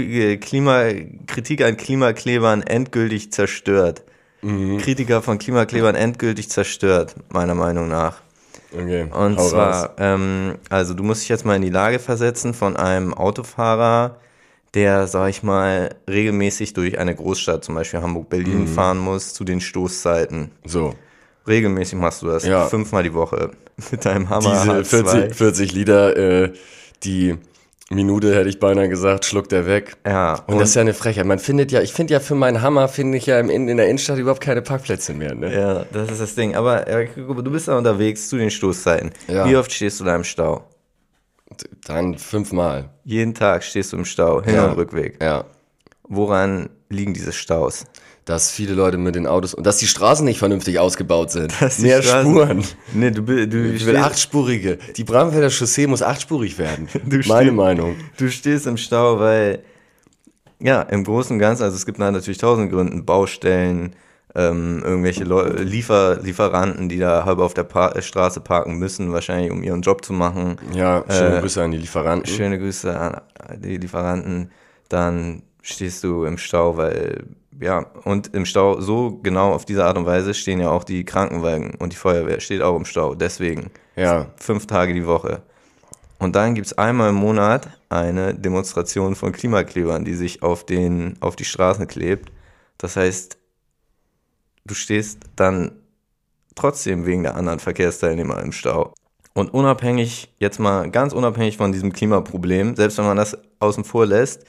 an Klimaklebern endgültig zerstört. Kritiker von Klimaklebern endgültig zerstört, meiner Meinung nach. Okay, Und hau zwar, raus. also du musst dich jetzt mal in die Lage versetzen von einem Autofahrer, der, sag ich mal, regelmäßig durch eine Großstadt, zum Beispiel Hamburg-Berlin, fahren muss zu den Stoßzeiten. So. Regelmäßig machst du das, Ja. 5-mal die Woche mit deinem Hammer Diese H2. 40 Liter, die Minute, hätte ich beinahe gesagt, schluckt er weg. Ja, Und das ist ja eine Frechheit. Ich finde ja für meinen Hammer, finde ich ja in der Innenstadt überhaupt keine Parkplätze mehr. Ne? ja, das ist das Ding. Aber du bist da unterwegs zu den Stoßzeiten. Ja. Wie oft stehst du da im Stau? Dann 5-mal. Jeden Tag stehst du im Stau, Hin- Ja. und Rückweg. Ja. Woran liegen diese Staus? Dass viele Leute mit den Autos und dass die Straßen nicht vernünftig ausgebaut sind. Dass die Mehr Straßen- Spuren. Nee, du Ich will 8-spurige. Die Bramfelder Chaussee muss 8-spurig werden. Du Meine stehst- Meinung. Du stehst im Stau, weil, ja, im Großen und Ganzen, also es gibt da natürlich tausend Gründe, Baustellen, irgendwelche Lieferanten, die da halb auf der Straße parken müssen, wahrscheinlich um ihren Job zu machen. Ja, schöne Grüße an die Lieferanten. Schöne Grüße an die Lieferanten. Dann stehst du im Stau, weil, ja, und im Stau so genau auf diese Art und Weise stehen ja auch die Krankenwagen und die Feuerwehr steht auch im Stau. Deswegen Ja. 5 Tage die Woche. Und dann gibt es einmal im Monat eine Demonstration von Klimaklebern, die sich auf die Straßen klebt. Das heißt, du stehst dann trotzdem wegen der anderen Verkehrsteilnehmer im Stau. Und jetzt mal ganz unabhängig von diesem Klimaproblem, selbst wenn man das außen vor lässt,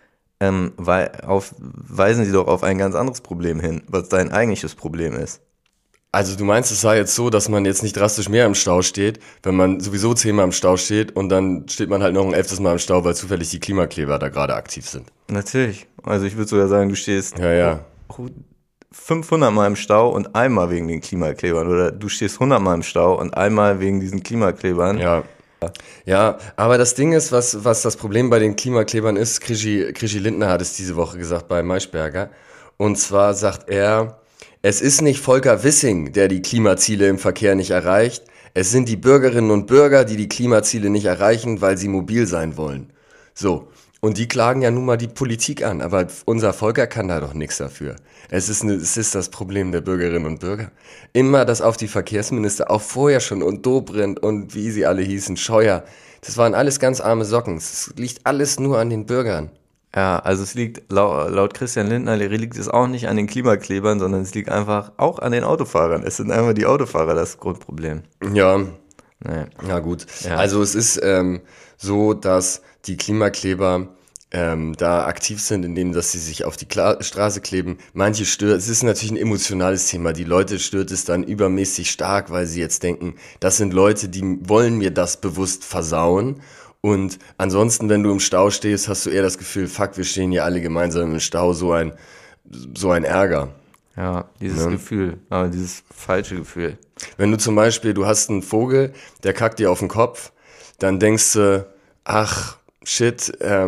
weisen sie doch auf ein ganz anderes Problem hin, was dein eigentliches Problem ist. Also du meinst, es sei jetzt so, dass man jetzt nicht drastisch mehr im Stau steht, wenn man sowieso 10-mal im Stau steht und dann steht man halt noch ein 11. Mal im Stau, weil zufällig die Klimakleber da gerade aktiv sind. Natürlich. Also ich würde sogar sagen, du stehst Ja. 500 Mal im Stau und einmal wegen den Klimaklebern. Oder du stehst 100 Mal im Stau und einmal wegen diesen Klimaklebern. Ja. Ja, aber das Ding ist, was das Problem bei den Klimaklebern ist, Krischi Lindner hat es diese Woche gesagt bei Maischberger. Und zwar sagt er, es ist nicht Volker Wissing, der die Klimaziele im Verkehr nicht erreicht. Es sind die Bürgerinnen und Bürger, die die Klimaziele nicht erreichen, weil sie mobil sein wollen. So. Und die klagen ja nun mal die Politik an, aber unser Volker kann da doch nichts dafür. Es ist das Problem der Bürgerinnen und Bürger. Immer das auf die Verkehrsminister, auch vorher schon, und Dobrindt und wie sie alle hießen, Scheuer. Das waren alles ganz arme Socken. Es liegt alles nur an den Bürgern. Ja, also es liegt laut Christian Lindner liegt es auch nicht an den Klimaklebern, sondern es liegt einfach auch an den Autofahrern. Es sind einfach die Autofahrer das Grundproblem. Ja, Nee. na gut. Ja. Also es ist so, dass die Klimakleber da aktiv sind, indem dass sie sich auf die Straße kleben. Manche stört, es ist natürlich ein emotionales Thema. Die Leute stört es dann übermäßig stark, weil sie jetzt denken, das sind Leute, die wollen mir das bewusst versauen. Und ansonsten, wenn du im Stau stehst, hast du eher das Gefühl, fuck, wir stehen hier alle gemeinsam im Stau, so ein Ärger. Ja, dieses Ne? Gefühl, aber dieses falsche Gefühl. Wenn du zum Beispiel, du hast einen Vogel, der kackt dir auf den Kopf, dann denkst du, ach, shit,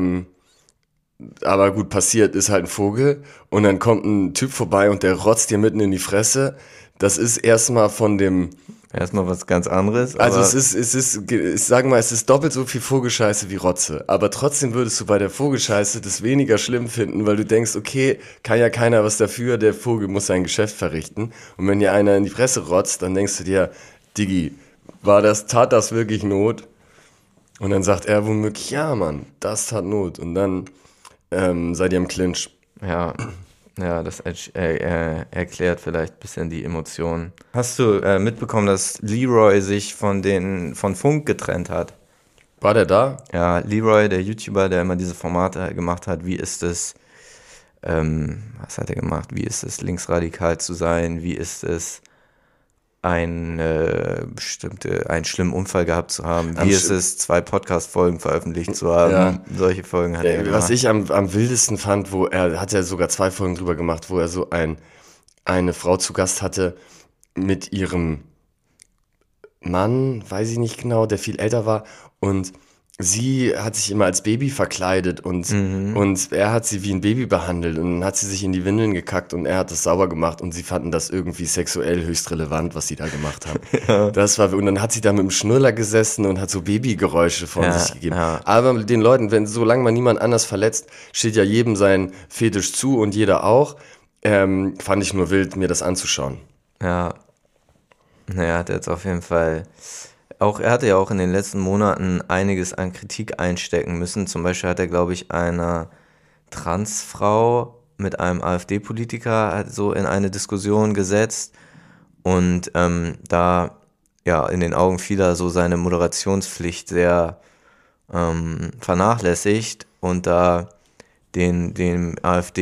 aber gut, passiert, ist halt ein Vogel. Und dann kommt ein Typ vorbei und der rotzt dir mitten in die Fresse. Das ist erstmal von dem, Erstmal was ganz anderes. also aber sagen wir mal, es ist doppelt so viel Vogelscheiße wie Rotze. Aber trotzdem würdest du bei der Vogelscheiße das weniger schlimm finden, weil du denkst, okay, kann ja keiner was dafür, der Vogel muss sein Geschäft verrichten. Und wenn dir einer in die Fresse rotzt, dann denkst du dir, Diggi, tat das wirklich Not? Und dann sagt er womöglich, ja Mann, das tat Not. Und dann seid ihr im Clinch. Ja, das erklärt vielleicht ein bisschen die Emotionen. Hast du mitbekommen, dass Leroy sich von Funk getrennt hat? War der da? Ja, Leroy, der YouTuber, der immer diese Formate gemacht hat, wie ist es, was hat er gemacht? Wie ist es, linksradikal zu sein? Wie ist es, einen schlimmen Unfall gehabt zu haben? Wie ist es, 2 Podcast-Folgen veröffentlicht zu haben? Ja. Solche Folgen hat er gemacht. Was ich am wildesten fand, wo er hat ja sogar 2 Folgen drüber gemacht, wo er so eine Frau zu Gast hatte mit ihrem Mann, weiß ich nicht genau, der viel älter war, und sie hat sich immer als Baby verkleidet und er hat sie wie ein Baby behandelt und dann hat sie sich in die Windeln gekackt und er hat das sauber gemacht und sie fanden das irgendwie sexuell höchst relevant, was sie da gemacht haben. Ja. Und dann hat sie da mit dem Schnurrer gesessen und hat so Babygeräusche von Ja, sich gegeben. ja. Aber mit den Leuten, solange man niemand anders verletzt, steht ja jedem sein Fetisch zu und jeder auch. Fand ich nur wild, mir das anzuschauen. Ja, naja, hat jetzt auf jeden Fall auch, er hatte ja auch in den letzten Monaten einiges an Kritik einstecken müssen. Zum Beispiel hat er, glaube ich, einer Transfrau mit einem AfD-Politiker halt so in eine Diskussion gesetzt und da ja in den Augen vieler so seine Moderationspflicht sehr vernachlässigt und da dem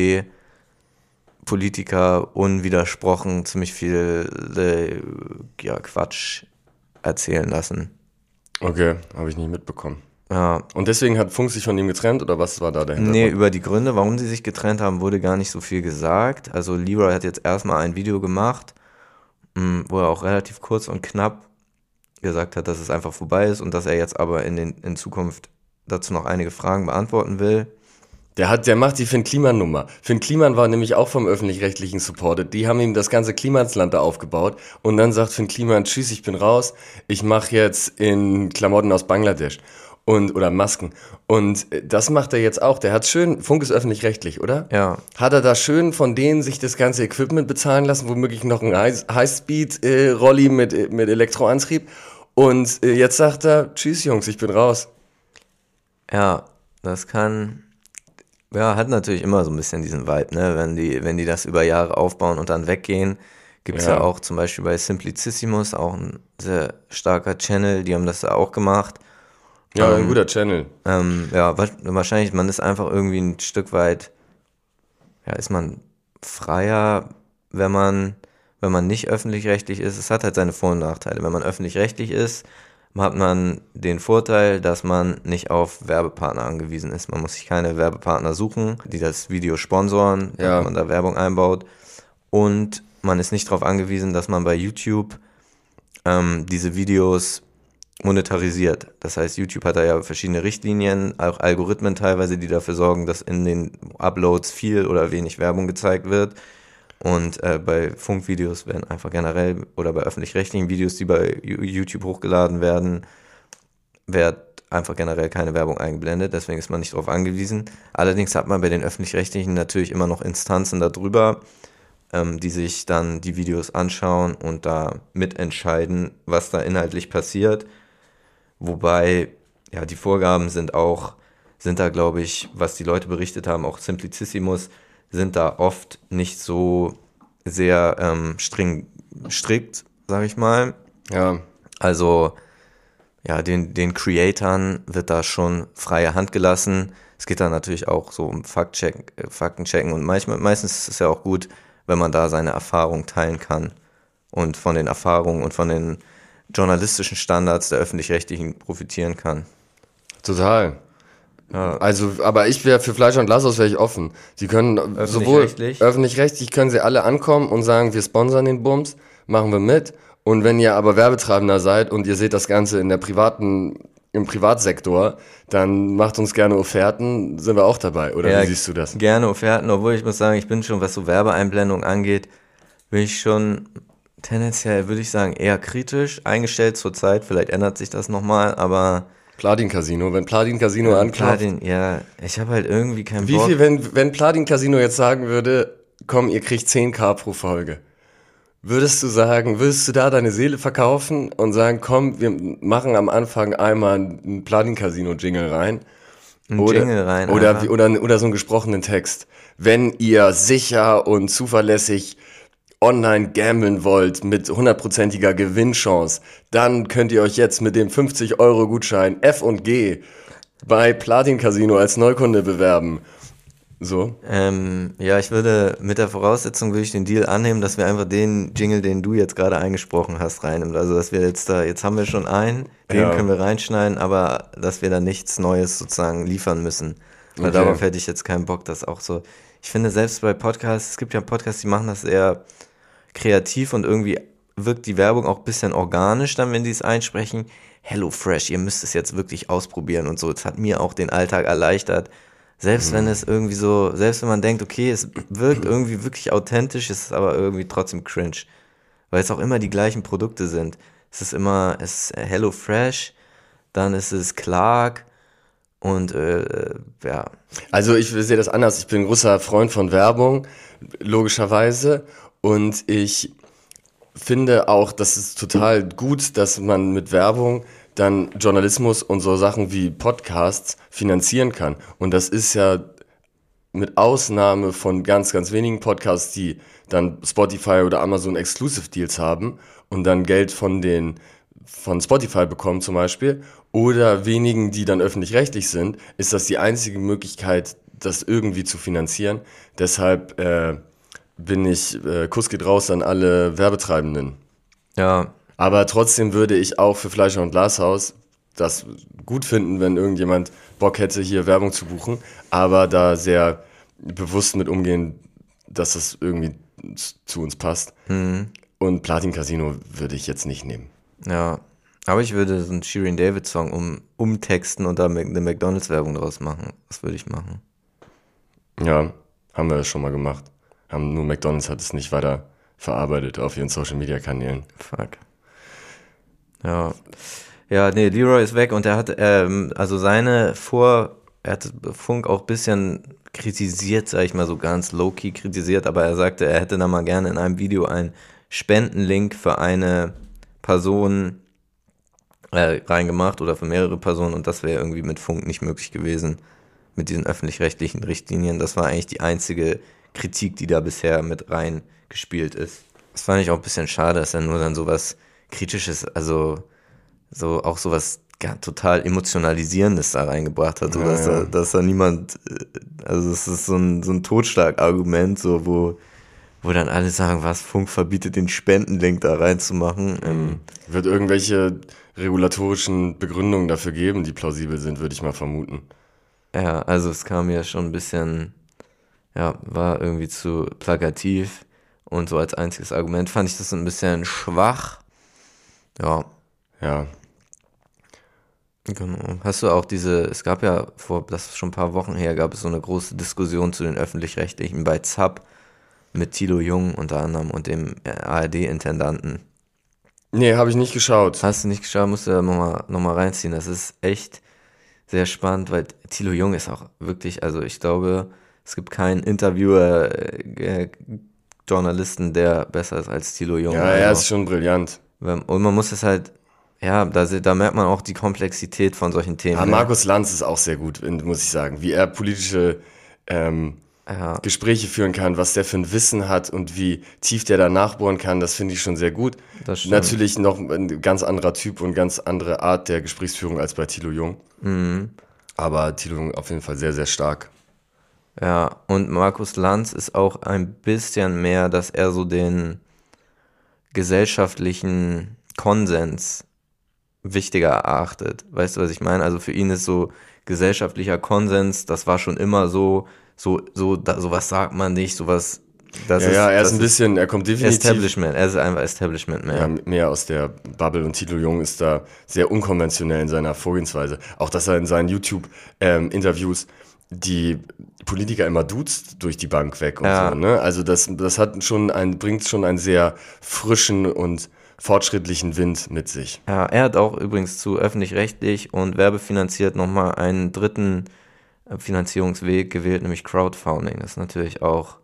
AfD-Politiker unwidersprochen ziemlich viel ja, Quatsch erzählen lassen. Okay, habe ich nicht mitbekommen. Ja, Und deswegen hat Funk sich von ihm getrennt oder was war da der nee, Hintergrund? über die Gründe, warum sie sich getrennt haben, wurde gar nicht so viel gesagt. Also Leroy hat jetzt erstmal ein Video gemacht, wo er auch relativ kurz und knapp gesagt hat, dass es einfach vorbei ist und dass er jetzt aber in Zukunft dazu noch einige Fragen beantworten will. Der macht die Finn Kliman-Nummer. Finn Kliman war nämlich auch vom Öffentlich-Rechtlichen supported. Die haben ihm das ganze Klimansland da aufgebaut. Und dann sagt Finn Kliman, tschüss, ich bin raus. Ich mache jetzt in Klamotten aus Bangladesch. Oder Masken. Und das macht er jetzt auch. Der hat schön, Funk ist öffentlich-rechtlich, oder? Ja, Hat er da schön von denen sich das ganze Equipment bezahlen lassen, womöglich noch ein Highspeed-Rolli mit Elektroantrieb. Und jetzt sagt er, tschüss Jungs, ich bin raus. ja, das kann, ja, hat natürlich immer so ein bisschen diesen Vibe, ne? Wenn die das über Jahre aufbauen und dann weggehen, gibt's ja Ja. auch zum Beispiel bei Simplicissimus auch ein sehr starker Channel, die haben das ja auch gemacht. Ja, ein guter Channel. Ja, wahrscheinlich, man ist einfach irgendwie ein Stück weit, ja, ist man freier, wenn man nicht öffentlich-rechtlich ist. Es hat halt seine Vor- und Nachteile. Wenn man öffentlich-rechtlich ist, hat man den Vorteil, dass man nicht auf Werbepartner angewiesen ist. Man muss sich keine Werbepartner suchen, die das Video sponsoren, Ja. wenn man da Werbung einbaut. Und man ist nicht darauf angewiesen, dass man bei YouTube diese Videos monetarisiert. Das heißt, YouTube hat da ja verschiedene Richtlinien, auch Algorithmen teilweise, die dafür sorgen, dass in den Uploads viel oder wenig Werbung gezeigt wird. Und bei Funkvideos werden einfach generell oder bei öffentlich-rechtlichen Videos, die bei YouTube hochgeladen werden, wird einfach generell keine Werbung eingeblendet. Deswegen ist man nicht darauf angewiesen. Allerdings hat man bei den öffentlich-rechtlichen natürlich immer noch Instanzen darüber, die sich dann die Videos anschauen und da mitentscheiden, was da inhaltlich passiert. Wobei, ja, die Vorgaben sind da, glaube ich, was die Leute berichtet haben, auch Simplicissimus, sind da oft nicht so sehr strikt, sage ich mal. Ja. Also, ja, den Creatoren wird da schon freie Hand gelassen. Es geht da natürlich auch so um Faktenchecken und meistens ist es ja auch gut, wenn man da seine Erfahrung teilen kann und von den Erfahrungen und von den journalistischen Standards der Öffentlich-Rechtlichen profitieren kann. Total. Ja. Also, aber ich wäre für Fleisch und Lassos wäre ich offen. Sie können sowohl Öffentlich-rechtlich? öffentlich-rechtlich können sie alle ankommen und sagen, wir sponsern den Bums, machen wir mit. Und wenn ihr aber Werbetreibender seid und ihr seht das Ganze im Privatsektor, dann macht uns gerne Offerten, sind wir auch dabei. Oder Ja, wie siehst du das? Gerne Offerten, obwohl ich muss sagen, ich bin schon, was so Werbeeinblendung angeht, bin ich schon tendenziell, würde ich sagen, eher kritisch eingestellt zurzeit. Vielleicht ändert sich das nochmal, aber Platin Casino, wenn Platin Casino anklopft. Platin, ja, ich habe halt irgendwie keinen Wie Bock. viel, wenn Platin Casino jetzt sagen würde, komm, ihr kriegt 10.000 pro Folge. Würdest du da deine Seele verkaufen und sagen, komm, wir machen am Anfang einmal einen Platin Casino Jingle rein? Jingle rein, Oder, einfach. oder so einen gesprochenen Text. Wenn ihr sicher und zuverlässig online gamblen wollt mit 100%iger Gewinnchance, dann könnt ihr euch jetzt mit dem 50-Euro-Gutschein F&G bei Platin Casino als Neukunde bewerben. So. Ja, mit der Voraussetzung würde ich den Deal annehmen, dass wir einfach den Jingle, den du jetzt gerade eingesprochen hast, reinnehmen. Also, dass wir jetzt haben wir schon einen, den Ja. können wir reinschneiden, aber dass wir da nichts Neues sozusagen liefern müssen. Weil Okay. darauf hätte ich jetzt keinen Bock, dass auch so, ich finde selbst bei Podcasts, es gibt ja Podcasts, die machen das eher kreativ und irgendwie wirkt die Werbung auch ein bisschen organisch dann, wenn die es einsprechen. HelloFresh, ihr müsst es jetzt wirklich ausprobieren und so. Es hat mir auch den Alltag erleichtert. Selbst wenn es irgendwie so, selbst wenn man denkt, okay, es wirkt irgendwie wirklich authentisch, ist es aber irgendwie trotzdem cringe. Weil es auch immer die gleichen Produkte sind. Es ist HelloFresh, dann ist es Clark und ja. Also ich sehe das anders. Ich bin ein großer Freund von Werbung, logischerweise. Und ich finde auch, das ist total gut, dass man mit Werbung dann Journalismus und so Sachen wie Podcasts finanzieren kann. Und das ist ja mit Ausnahme von ganz, ganz wenigen Podcasts, die dann Spotify oder Amazon Exclusive Deals haben und dann Geld von Spotify bekommen zum Beispiel, oder wenigen, die dann öffentlich-rechtlich sind, ist das die einzige Möglichkeit, das irgendwie zu finanzieren. Deshalb Kuss geht raus an alle Werbetreibenden. Ja, Aber trotzdem würde ich auch für Fleischer und Glashaus das gut finden, wenn irgendjemand Bock hätte, hier Werbung zu buchen, aber da sehr bewusst mit umgehen, dass das irgendwie zu uns passt. Und Platin Casino würde ich jetzt nicht nehmen. ja. Aber ich würde so einen Shirin David Song umtexten und da eine McDonalds-Werbung draus machen. Das würde ich machen. Ja, haben wir schon mal gemacht. Nur McDonalds hat es nicht weiter verarbeitet auf ihren Social-Media-Kanälen. Fuck. Ja. Ja, nee, Leroy ist weg und er hat, also er hat Funk auch ein bisschen kritisiert, sag ich mal, so ganz low-key kritisiert, aber er sagte, er hätte da mal gerne in einem Video einen Spendenlink für eine Person reingemacht oder für mehrere Personen und das wäre irgendwie mit Funk nicht möglich gewesen, mit diesen öffentlich-rechtlichen Richtlinien. Das war eigentlich die einzige Kritik, die da bisher mit reingespielt ist. Das fand ich auch ein bisschen schade, dass er nur dann sowas Kritisches, also so auch sowas total Emotionalisierendes da reingebracht hat, so dass da niemand, also es ist so ein Totschlagargument, so wo dann alle sagen, was, Funk verbietet den Spendenlink da reinzumachen. Wird irgendwelche regulatorischen Begründungen dafür geben, die plausibel sind, würde ich mal vermuten. Ja, also es kam mir schon ein bisschen, ja, war irgendwie zu plakativ und so als einziges Argument fand ich das ein bisschen schwach. Ja, Ja, genau. Hast du auch es gab ja das ist schon ein paar Wochen her, gab es so eine große Diskussion zu den Öffentlich-Rechtlichen bei ZAP mit Thilo Jung unter anderem und dem ARD-Intendanten. nee, habe ich nicht geschaut. Hast du nicht geschaut, musst du da noch mal reinziehen. Das ist echt sehr spannend, weil Thilo Jung ist auch wirklich, also ich glaube, es gibt keinen Interviewer, Journalisten, der besser ist als Thilo Jung. Ja, er ist schon brillant. Und man muss es halt, ja, da merkt man auch die Komplexität von solchen Themen. Aber Markus Lanz ist auch sehr gut, muss ich sagen. Wie er politische Gespräche führen kann, was der für ein Wissen hat und wie tief der da nachbohren kann, das finde ich schon sehr gut. Das stimmt. Natürlich noch ein ganz anderer Typ und ganz andere Art der Gesprächsführung als bei Thilo Jung. Aber Thilo Jung auf jeden Fall sehr, sehr stark. Ja, und Markus Lanz ist auch ein bisschen mehr, dass er so den gesellschaftlichen Konsens wichtiger erachtet. Weißt du, was ich meine? Also für ihn ist so gesellschaftlicher Konsens, das war schon immer sowas sagt man nicht, sowas. Er kommt definitiv. Establishment, er ist einfach Establishment mehr. Ja, mehr aus der Bubble und Thilo Jung ist da sehr unkonventionell in seiner Vorgehensweise. Auch, dass er in seinen YouTube-Interviews die Politiker immer duzt durch die Bank weg und so, ne? Also das bringt schon einen sehr frischen und fortschrittlichen Wind mit sich. Ja, er hat auch übrigens zu öffentlich-rechtlich und werbefinanziert nochmal einen dritten Finanzierungsweg gewählt, nämlich Crowdfunding. Das ist natürlich auch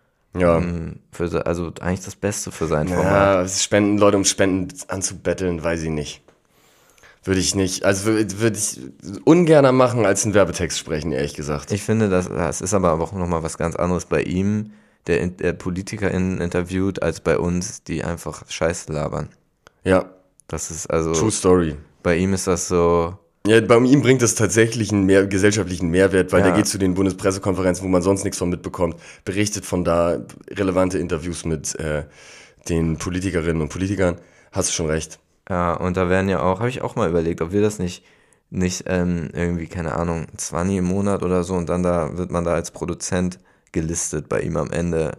also eigentlich das Beste für sein Format. Ja, Leute um Spenden anzubetteln, weiß ich nicht. Würde ich nicht, also würde ich ungerner machen, als einen Werbetext sprechen, ehrlich gesagt. Ich finde, das ist aber auch nochmal was ganz anderes bei ihm, der PolitikerInnen interviewt, als bei uns, die einfach Scheiße labern. Ja. Das ist also. True Story. Bei ihm ist das so. Ja, bei ihm bringt es tatsächlich einen gesellschaftlichen Mehrwert, weil der geht zu den Bundespressekonferenzen, wo man sonst nichts von mitbekommt, berichtet von da, relevante Interviews mit den Politikerinnen und Politikern. Hast du schon recht. Ja, und da werden ja auch, habe ich auch mal überlegt, ob wir das nicht irgendwie, keine Ahnung, 20 im Monat oder so und dann wird man da als Produzent gelistet bei ihm am Ende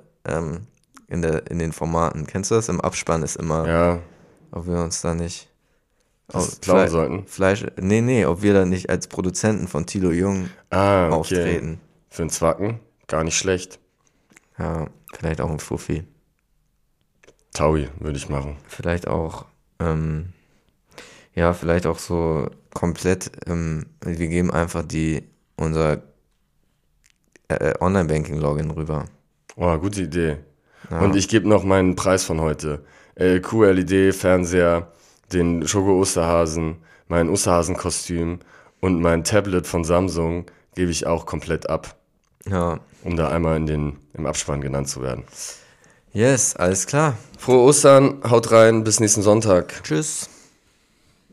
in den Formaten. Kennst du das? Im Abspann ist immer, Ja. ob wir uns da nicht das klauen sollten. Ob wir da nicht als Produzenten von Thilo Jung Okay. auftreten. Für einen Zwacken, gar nicht schlecht. Ja, vielleicht auch ein Fuffi. Taui würde ich machen. Vielleicht auch, vielleicht auch so komplett, wir geben einfach unser Online-Banking-Login rüber. Oh, gute Idee. Ja. Und ich gebe noch meinen Preis von heute. QLED-Fernseher, den Schoko-Osterhasen, mein Osterhasen-Kostüm und mein Tablet von Samsung gebe ich auch komplett ab. Ja. Um da einmal im Abspann genannt zu werden. Yes, alles klar. Frohe Ostern, haut rein, bis nächsten Sonntag. Tschüss.